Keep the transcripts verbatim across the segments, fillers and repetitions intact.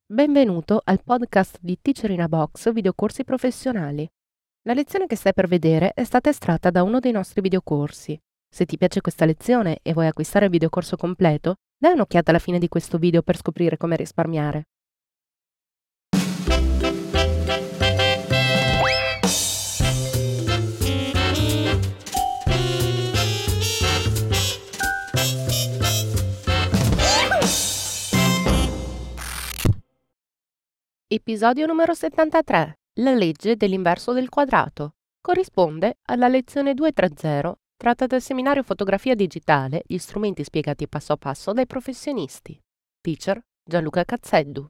Benvenuto al podcast di Teacher in a Box videocorsi professionali. La lezione che stai per vedere è stata estratta da uno dei nostri videocorsi. Se ti piace questa lezione e vuoi acquistare il videocorso completo, dai un'occhiata alla fine di questo video per scoprire come risparmiare. Episodio numero settantatré. La legge dell'inverso del quadrato. Corrisponde alla lezione duecentotrenta, tratta dal seminario Fotografia digitale, gli strumenti spiegati passo a passo dai professionisti. Teacher Gianluca Cazzeddu.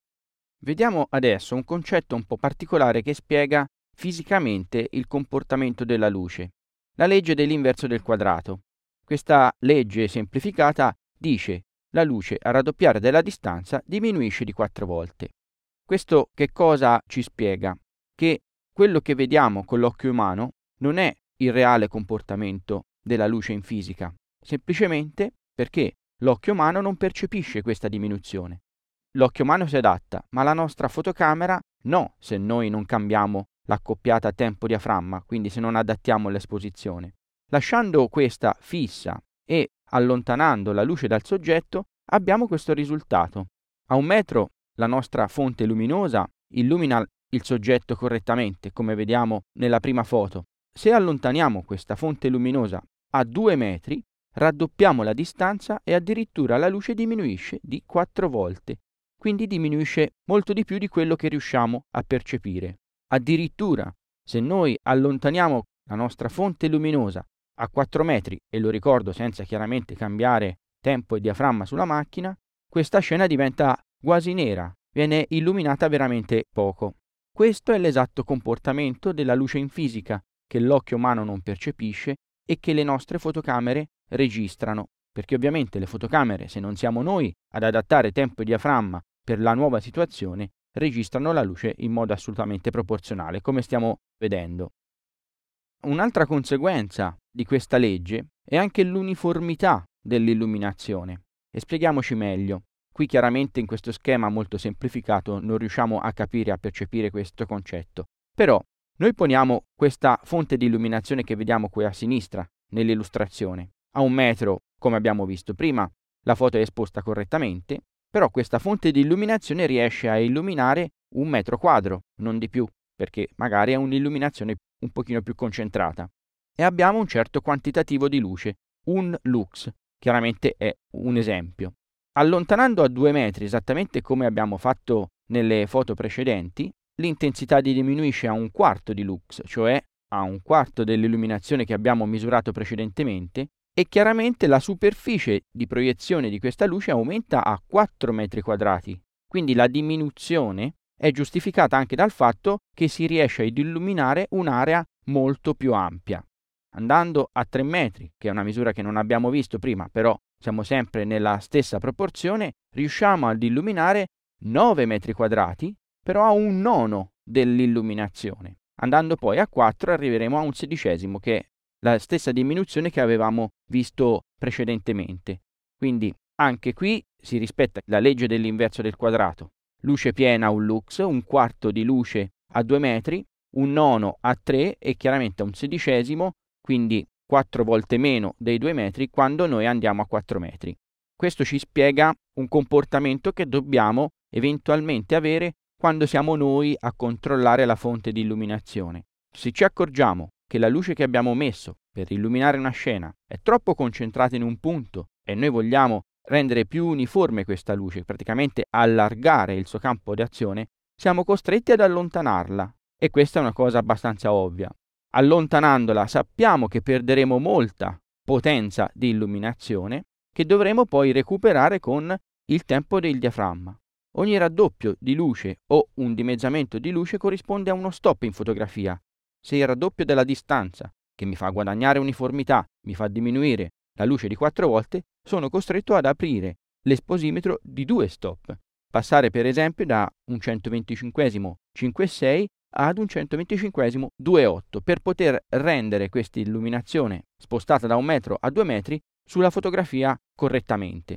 Vediamo adesso un concetto un po' particolare che spiega fisicamente il comportamento della luce. La legge dell'inverso del quadrato. Questa legge semplificata dice: la luce a raddoppiare della distanza diminuisce di quattro volte. Questo che cosa ci spiega? Che quello che vediamo con l'occhio umano non è il reale comportamento della luce in fisica, semplicemente perché l'occhio umano non percepisce questa diminuzione. L'occhio umano si adatta, ma la nostra fotocamera no, se noi non cambiamo l'accoppiata tempo-diaframma, quindi se non adattiamo l'esposizione. Lasciando questa fissa e allontanando la luce dal soggetto, abbiamo questo risultato. A un metro la nostra fonte luminosa illumina il soggetto correttamente, come vediamo nella prima foto. Se allontaniamo questa fonte luminosa a due metri, raddoppiamo la distanza e addirittura la luce diminuisce di quattro volte. Quindi diminuisce molto di più di quello che riusciamo a percepire. Addirittura, se noi allontaniamo la nostra fonte luminosa a quattro metri, e lo ricordo senza chiaramente cambiare tempo e diaframma sulla macchina, questa scena diventa quasi nera, viene illuminata veramente poco. Questo è l'esatto comportamento della luce in fisica, che l'occhio umano non percepisce e che le nostre fotocamere registrano, perché ovviamente le fotocamere, se non siamo noi ad adattare tempo e diaframma per la nuova situazione, registrano la luce in modo assolutamente proporzionale, come stiamo vedendo. Un'altra conseguenza di questa legge è anche l'uniformità dell'illuminazione. E spieghiamoci meglio. Qui chiaramente in questo schema molto semplificato non riusciamo a capire, a percepire questo concetto. Però noi poniamo questa fonte di illuminazione che vediamo qui a sinistra nell'illustrazione. A un metro, come abbiamo visto prima, la foto è esposta correttamente, però questa fonte di illuminazione riesce a illuminare un metro quadro, non di più, perché magari è un'illuminazione un pochino più concentrata. E abbiamo un certo quantitativo di luce, un lux, chiaramente è un esempio. Allontanando a due metri, esattamente come abbiamo fatto nelle foto precedenti, l'intensità diminuisce a un quarto di lux, cioè a un quarto dell'illuminazione che abbiamo misurato precedentemente, e chiaramente la superficie di proiezione di questa luce aumenta a quattro metri quadrati. Quindi la diminuzione è giustificata anche dal fatto che si riesce ad illuminare un'area molto più ampia. Andando a tre metri, che è una misura che non abbiamo visto prima, però siamo sempre nella stessa proporzione, riusciamo ad illuminare nove metri quadrati, però a un nono dell'illuminazione. Andando poi a quattro arriveremo a un sedicesimo, che è la stessa diminuzione che avevamo visto precedentemente. Quindi anche qui si rispetta la legge dell'inverso del quadrato. Luce piena un lux, un quarto di luce a due metri, un nono a tre e chiaramente a un sedicesimo, quindi quattro volte meno dei due metri quando noi andiamo a quattro metri. Questo ci spiega un comportamento che dobbiamo eventualmente avere quando siamo noi a controllare la fonte di illuminazione. Se ci accorgiamo che la luce che abbiamo messo per illuminare una scena è troppo concentrata in un punto e noi vogliamo rendere più uniforme questa luce, praticamente allargare il suo campo di azione, siamo costretti ad allontanarla. E questa è una cosa abbastanza ovvia. Allontanandola sappiamo che perderemo molta potenza di illuminazione che dovremo poi recuperare con il tempo del diaframma. Ogni raddoppio di luce o un dimezzamento di luce corrisponde a uno stop in fotografia. Se il raddoppio della distanza, che mi fa guadagnare uniformità, mi fa diminuire la luce di quattro volte, sono costretto ad aprire l'esposimetro di due stop. Passare per esempio da un centoventicinquesimo cinque virgola sei ad un centoventicinquesimo due virgola otto per poter rendere questa illuminazione spostata da un metro a due metri sulla fotografia correttamente.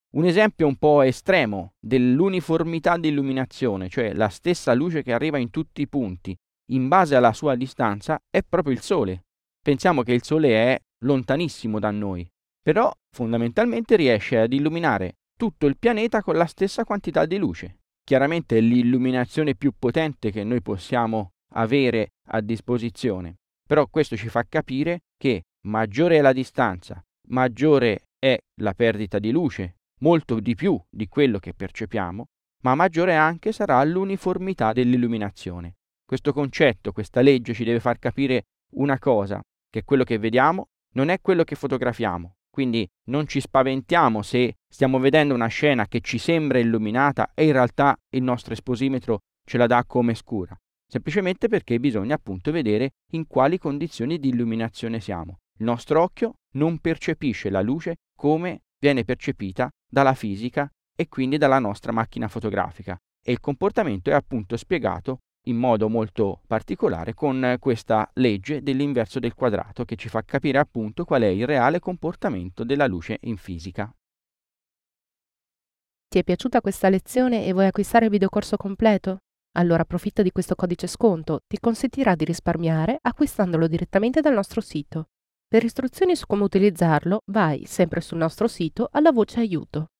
Un esempio un po' estremo dell'uniformità di illuminazione, cioè la stessa luce che arriva in tutti i punti, in base alla sua distanza, è proprio il Sole. Pensiamo che il Sole è lontanissimo da noi, però fondamentalmente riesce ad illuminare tutto il pianeta con la stessa quantità di luce. Chiaramente è l'illuminazione più potente che noi possiamo avere a disposizione, però questo ci fa capire che maggiore è la distanza, maggiore è la perdita di luce, molto di più di quello che percepiamo, ma maggiore anche sarà l'uniformità dell'illuminazione. Questo concetto, questa legge ci deve far capire una cosa, che quello che vediamo non è quello che fotografiamo. Quindi non ci spaventiamo se stiamo vedendo una scena che ci sembra illuminata e in realtà il nostro esposimetro ce la dà come scura, semplicemente perché bisogna appunto vedere in quali condizioni di illuminazione siamo. Il nostro occhio non percepisce la luce come viene percepita dalla fisica e quindi dalla nostra macchina fotografica, e il comportamento è appunto spiegato in modo molto particolare con questa legge dell'inverso del quadrato, che ci fa capire appunto qual è il reale comportamento della luce in fisica. Ti è piaciuta questa lezione e vuoi acquistare il videocorso completo? Allora approfitta di questo codice sconto, ti consentirà di risparmiare acquistandolo direttamente dal nostro sito. Per istruzioni su come utilizzarlo, vai sempre sul nostro sito alla voce aiuto.